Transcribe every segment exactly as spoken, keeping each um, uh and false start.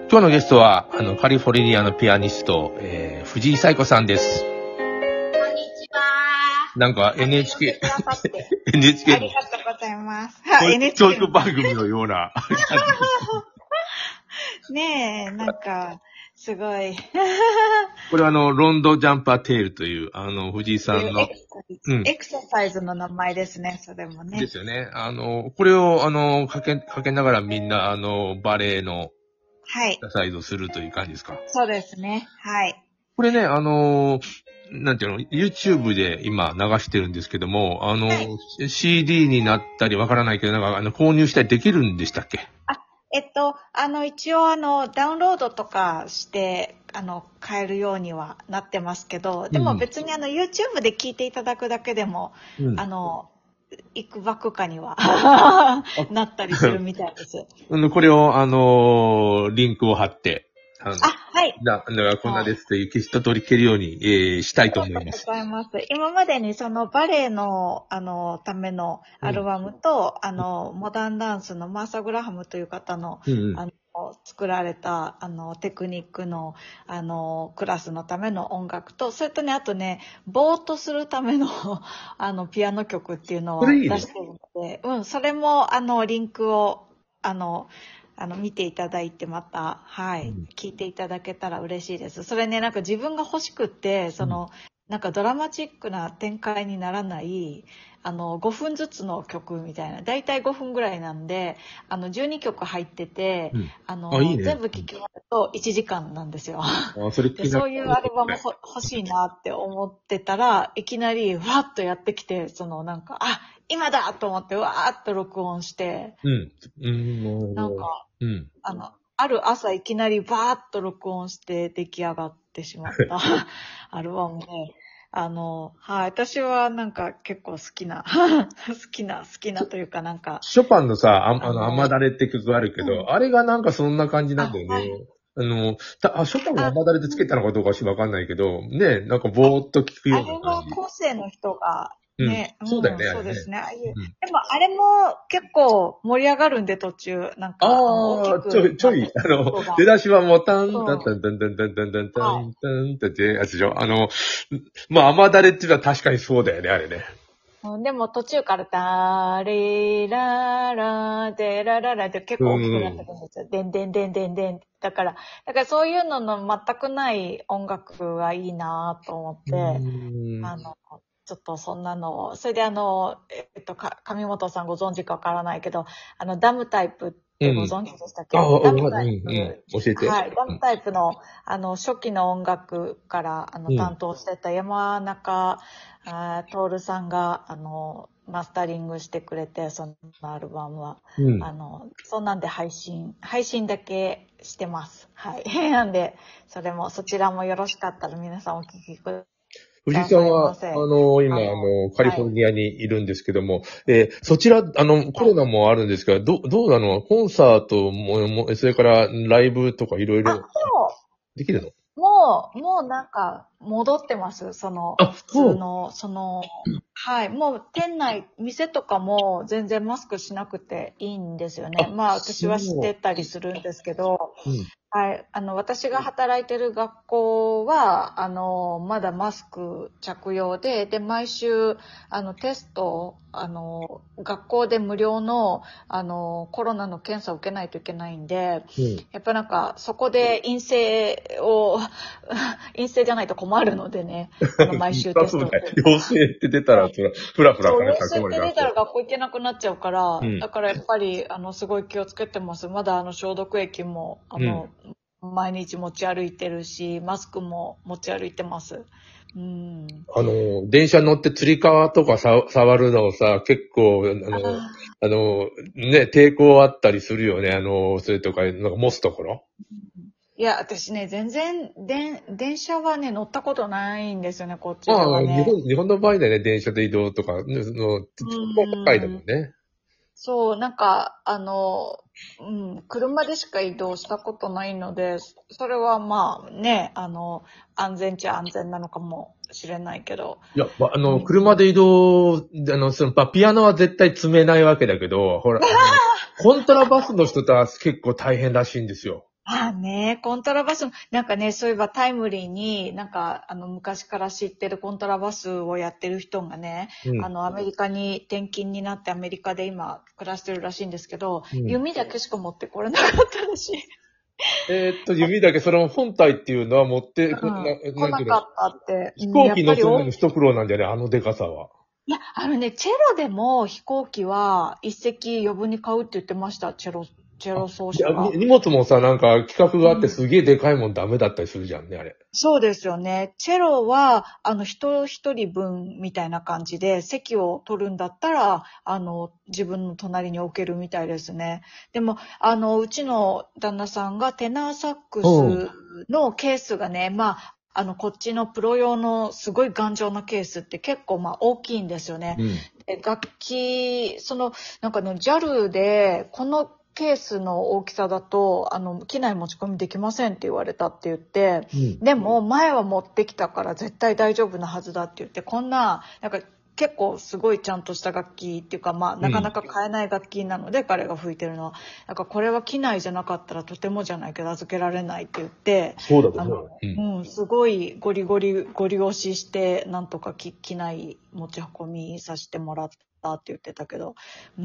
今日のゲストは、あの、カリフォルニアのピアニスト、えー、藤井彩子さんです。 こんにちは。 なんか エヌエイチケー、エヌエイチケー の。 ありがとうございます。 教育番組のような。 ねえ、なんか、すごい。 これはあの、ロンドジャンパーテールという、あの、藤井さんの。 うん、エクササイズの名前ですね、それもね。 ですよね。あの、これを、あの、かけ、かけながらみんな、あの、バレエの、はい。エクササイズをするという感じですか？ そうですね。はい。 これね、あの、なんていうの、YouTube で今流してるんですけども、あの、はい、シーディー になったりわからないけど、なんか、あの、購入したりできるんでしたっけ？ あ、えっと、あの、一応あの、ダウンロードとかして、あの、買えるようにはなってますけど、でも別にあの、YouTube で聞いていただくだけでも、うん、あの、いくばくかにはなったりするみたいです。 これを、あのー、リンクを貼って、 あ、はい。 だ、だからこんなですという、一通り消けるように、えー、したいと思います。 ありがとうございます。今までにそのバレエの、あの、ためのアルバムと、うん、あの、モダンダンスのマーサ・グラハムという方の、うんうん、あの、作られた、あの、テクニックの、あの、クラスのための音楽と、それとね、あとね、ぼーっとするための、あの、ピアノ曲っていうのを出してるので、うん、それも、あの、リンクを、あの、あの、見ていただいてまた、はい、うん、聞いていただけたら嬉しいです。それね、なんか自分が欲しくって、その、うん、なんかドラマチックな展開にならない、あの、ごふんずつの曲みたいな、だいたいごふんぐらいなんで、あの、じゅうにきょく入ってて、うん、あのあいいね、全部聴き終わるといちじかんなんですよ。あそれでそういうアルバムほ欲しいなって思ってたら、いきなりわーっとやってきて、そのなんか、あ、今だと思ってわーっと録音して、うん。うん、なんか、うん、あの、ある朝いきなりバーッと録音して出来上がってしまったアルバムで、あの、はい、私はなんか結構好きな、好きな、好きなというかなんか。 ショパンのさ、ああの、雨だれって曲あるけど、うん、あれがなんかそんな感じなんだよね。あ、はい、あの、たあ、ショパンが雨だれでつけたのかどうかわかんないけど、ね、なんかぼーっと聞くような感じ。 あれは後世の人が、ね、 うん、そうだよね、 うん、そうですね。ああいう、うん、でも、あれも結構盛り上がるんで、途中。なんか、 ああ、ちょい、ちょい、あの、出だしはもう、タン、タン、タン、タン、タン、タン、タン、タン、タン、タンってやつでしょ。あの、まあ、雨だれっていうのは確かにそうだよね、あれね。 でも途中からタリララデラララって結構大きくなってくるんですよ。でんでんでんでんでん。だから、だからそういうのの全くない音楽がいいなと思って、あの、ちょっとそんなのを、それであの、えっと、か、上本さんご存知かわからないけど、あの、ダムタイプってご存知でしたっけ、うん、あ、ダムタイプ、うんうん、教えて。はい、ダムタイプの、あの、初期の音楽から、あの、担当してた山中、あトールさんが、あの、マスタリングしてくれて、そのアルバムは。うん、あの、そんなんで配信、配信だけしてます。はい。なんで、それも、そちらもよろしかったら皆さんお聞きください。 藤井さんは、あの、今、あの、カリフォルニアにいるんですけども、はい、えー、そちら、あの、コロナもあるんですが、ど、どうなの？コンサートも、それからライブとかいろいろできるの？ もう、もうなんか、戻ってます。その、普通の、その、はい。もう、店内、店とかも全然マスクしなくていいんですよね。まあ、私はしてたりするんですけど、うん、はい。あの、私が働いてる学校は、あの、まだマスク着用で、で、毎週、あの、テスト、あの、学校で無料の、あの、コロナの検査を受けないといけないんで、うん、やっぱなんか、そこで陰性を、陰性じゃないと困るのでね、あの、毎週テストを。 陽性って出たら、そら、ふらふらそう、陽性って出たら学校行けなくなっちゃうから、うん、だからやっぱり、あの、すごい気をつけてます。まだあの、消毒液も、あの、うん、毎日持ち歩いてるし、マスクも持ち歩いてます。うん、 あの、電車乗ってつり革とかさ触るのをさ、結構、あの、あ, あの、ね、抵抗あったりするよね。あの、それとか、なんか持つところ。 いや、私ね、全然、で電車はね、乗ったことないんですよね、こっちではね。 ああ、日本、日本の場合でね、電車で移動とか、ね、その、細かいだもんね。 そう、なんか、あの、うん、車でしか移動したことないので、それはまあね、あの、安全っちゃ安全なのかもしれないけど。 いや、あの、うん、車で移動、あの、その、ピアノは絶対積めないわけだけど、ほら、コントラバスの人とは結構大変らしいんですよ。 ああね、コントラバス、なんかね、そういえばタイムリーに、なんか、あの、昔から知ってるコントラバスをやってる人がね、 うん。 あの、アメリカに転勤になってアメリカで今暮らしてるらしいんですけど、 うん。 弓だけしか持ってこれなかったらしい。 えーっと、弓だけ、その本体っていうのは持って、こな、 うん。来なんていうの、 なかったって。うん、 飛行やっぱりお、 機乗せるのに一苦労なんじゃねあのでかさは。 いや、あのね、チェロでも飛行機は一隻余分に買うって言ってました、チェロ、チェあ、 ロ奏で、あに者が。 荷物もさ、なんか企画があってうん。 すげえでかいもんダメだったりするじゃんね、あれ。 そうですよね。チェロは、あの、人一人分みたいな感じで、席を取るんだったら、あの、自分の隣に置けるみたいですね。でも、あの、うちの旦那さんがテナーサックうん。 スのケースがね、まあ、あの、こっちのプロ用のすごい頑丈なケースって結構まあ大きいんですよね。 うん。 で楽器、その、なんかの ジャル で、このケースの大きさだと、あの、機内持ち込みできませんって言われたって言って、 うん。 でも前は持ってきたから絶対大丈夫なはずだって言って、こんな、なんか結構すごいちゃんとした楽器っていうか、まあなかなうん。 か買えない楽器なので彼が吹いてるのは、なんかこれは機内じゃなかったらとてもじゃないけど預けられないって言って、 そうだとあの、 思うよ。うん。 うん、すごいゴリゴリ、ゴリ押しして、なんとか機機内持ち運びさせてもらったって言ってたけど、うん、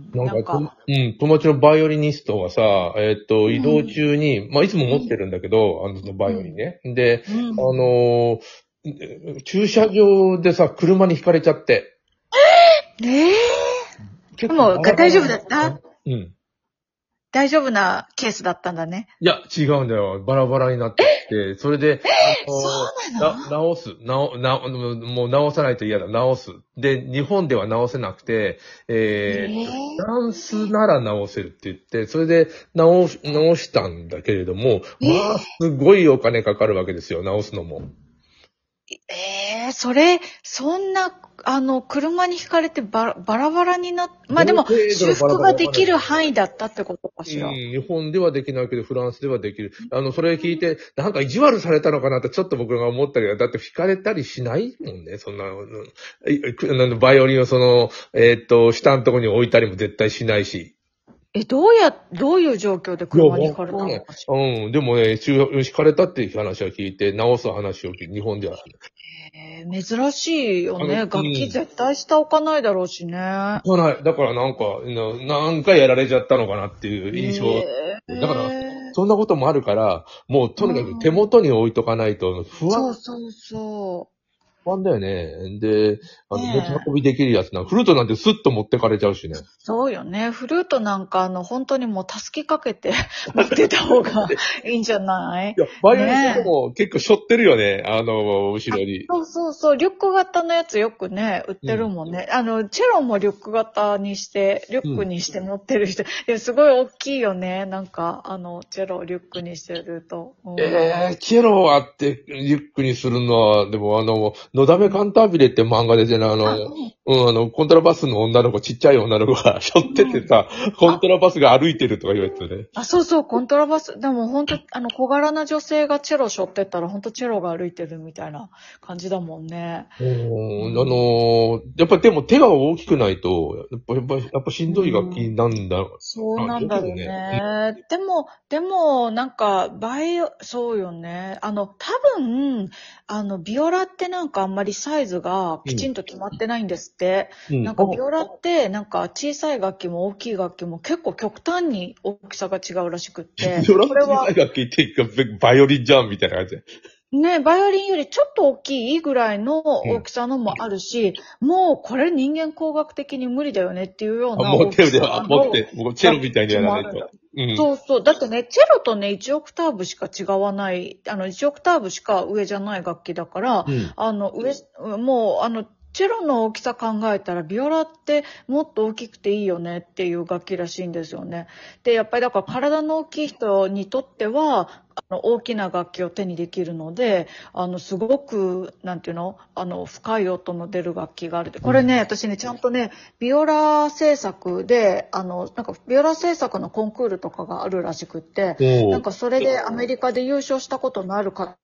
なんか、と、 なんか、 うん、友達のバイオリニストがさ、えっと、移動うん、 中に、まあ、いつも持ってうん、 るんだけど、あの、バうん、 イオリンね。で、 うあん。 のー駐車場でさ、車にひかれちゃって、 ねえ。でも、 結構バラバ大丈夫ラになった。 だった？ うん。 大丈夫なケースだったんだね。 いや、違うんだよ。バラバラになってきて、それで、あそのうなの？ な、直す。直、な、もう直さないと嫌だ。直す。で、日本では直せなくて、えー、フえランスなら直せるって言って、それで直し、直したんだけれども、 えまあ、すごいお金かかるわけですよ、直すのも。 ええ、それ、そんな、あの、車にひかれてバラバラバラになっ、まあでどのも、 程度のバラ修復バラかわかんないけど、 ができる範囲だったってことかうん、 しら。 日本ではできないけど、フランスではできる。あの、それ聞いて、なんか意地悪されたのかなってちょっと僕が思ったけど、だって弾かれたりしないもんね、そんな、うんえくあのバイオリンをその、えーっと、下のところに置いたりも絶対しないし。 え、どうや、どういう状況でいや、 車にひかれわかんない。 たのかしうん、でもね、中弾かれたっていう話を聞いて、直す話を聞いて、日本では。 ら。ええ、珍しいよあの、うね。楽器ん。 絶対下置かないだろうしね。 じゃない。だからなんか、ななんかやられちゃったのかなっていう印象。 えだから、 え、 そんなこともあるから、もうとにかく手うん。 元に置いとかないと不安そうそうそ不安だよね。で、 う。 あの、持ちねえ。 運びできるやつな。フルートなんてスッと持ってかれちゃうしね。 そうよね。フルートなんか、あの、本当にもうたすきかけて持ってた方がいいんじゃないいや、バイオリンとかねえ。 も結構背負ってるよね。あの、後ろに。 そうそうそう。リュック型のやつよくね、売ってるうん。 もんね。あの、チェロもリュック型にして、リュックうん。 にして持ってる人。いや、すごい大きいよね。なんか、あの、チェロをリュックにしてると。うん。 えー、チェロをあってリュックにするのは、でもあの、のだめカンタービレって漫画でね、あの、 あ、 うん、あの、コントラバスの女の子、ちっちゃい女の子が背負ってうん。 てさ、コンあ、 トラバスが歩いてるとか言われてね。 あ、そうそう、コントラバス。でも本当、あの、小柄な女性がチェロ背負ってったら、本当チェロが歩いてるみたいな感じだもんね。 うーん、あうん。 のーやっぱでも手が大きくないと、やっぱ、やっぱ、やっぱしんどい楽器うん。 なんだ。 そうあ、 なんだろうだけどね。 ね。でも、でも、なんか、バイオ、そうよね。あの、多分、あの、ビオラってなんかあんまりサイズがうん。 きちんと決まってないんですって。 うん。 なんか、ビオラって、なんか、小さい楽器も大きい楽器も結構極端に大きさが違うらしくって、 ドラムこれは、 小さい楽器っていうか、バイオリンじゃんみたいな感じで。 ね、バイオリンよりちょっと大きいぐらいのうん。 大きさのもあるし、もうこれ人間工学的に無理だよねっていうようあ、 な大き持ってるで、あ、 さの持って、もうチェロ楽みたいに器やらないと。 もあるんだ。 うん。 そうそう。だってね、チェロとね、いちオクターブしか違わない、あの、いちオクターブしか上じゃない楽器だから、 うん。 あの、上、もう、あの、チェロの大きさ考えたら、ビオラってもっと大きくていいよねっていう楽器らしいんですよね。で、やっぱりだから体の大きい人にとっては、あの、大きな楽器を手にできるので、あの、すごく、なんていうのあの、深い音の出る楽器がある。これね、私ね、ちゃんとね、ビオラ制作で、あの、なんか、ビオラ制作のコンクールとかがあるらしくって、 おお。 なんかそれでアメリカで優勝したことのある方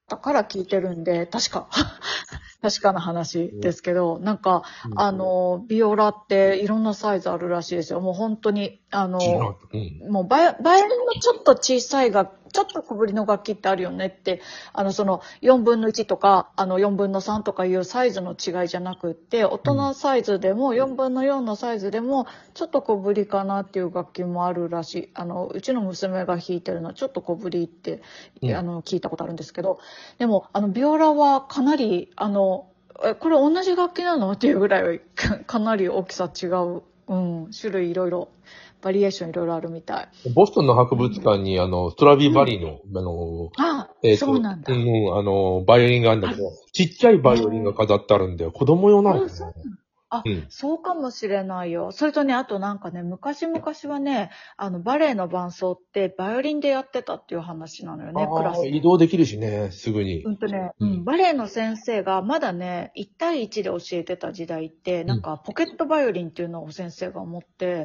たから聞いてるんで、確か、確かな話ですけど、なんか、うん、あの、ビオラっていろんなサイズあるらしいですよ。もう本当に、あの、うん、もうバイ、バイオリンのちょっと小さいが、ちょっと小ぶりの楽器ってあるよねって、あの、そのよんぶんのいちとか、あのよんぶんのさんとかいうサイズの違いじゃなくって、大人サイズでもよんぶんのよんのサイズでも、ちょっと小ぶりかなっていう楽器もあるらしい。あの、うちの娘が弾いてるのはちょっと小ぶりって、あの、聞いたことあるんですけど、でも、あの、ビオラはかなり、あの、え、これ同じ楽器なのっていうぐらいか、かなり大きさ違う。うん、種類いろいろ。バリエーションいろいろあるみたい。 ボストンの博物館に、うん、あの、ストラビバリーの、うん、あの、 あ、えー、そうなんだ。 うん、あの、バイオリンがあるんだけど、ちっちゃいバイオリンが飾ってあるんだよ。子供用なのかな。 あ、うん、そうかもしれないよ。それとね、あとなんかね、昔々はね、あの、バレエの伴奏ってバイオリンでやってたっていう話なのよね、クラス。 移動できるしね、すぐに。 うんとね、うん、バレエの先生がまだね、いち対いちで教えてた時代って、なんかポケットバイオリンっていうのを先生が持って、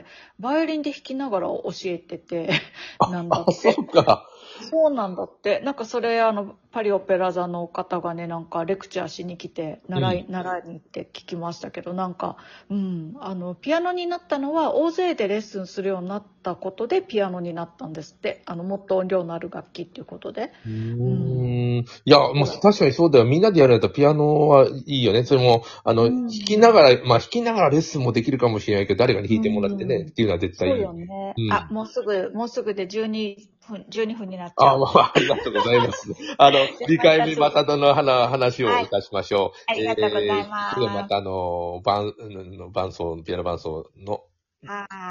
バイオリンで弾きながら教えてて、なんだって。 あ、そうか。 そうなんだって。なんかそれ、あの、パリオペラ座の方がね、なんかレクチャーしに来て、習い、うん、習いに行って聞きましたけど、なんか、うん、あの、ピアノになったのは、大勢でレッスンするようになったことで、ピアノになったんですって。あの、もっと音量のある楽器っていうことで。 うーん。いや、もう確かにそうだよ。みんなでやるやったらピアノはいいよね。それも、あの、弾きながら、まあ弾きながらレッスンもできるかもしれないけど、誰かに弾いてもらってね、っていうのは絶対いい。 そうよね。うん、あ、もうすぐ、もうすぐでじゅうにふん、じゅうにふんになっちゃう。 あ、まあ、ありがとうございます。あの、次回目またどの話をいたしましょう。 はい、ありがとうございます。 えー、でまたあの、伴、伴奏、ピアノ伴奏の、 はい。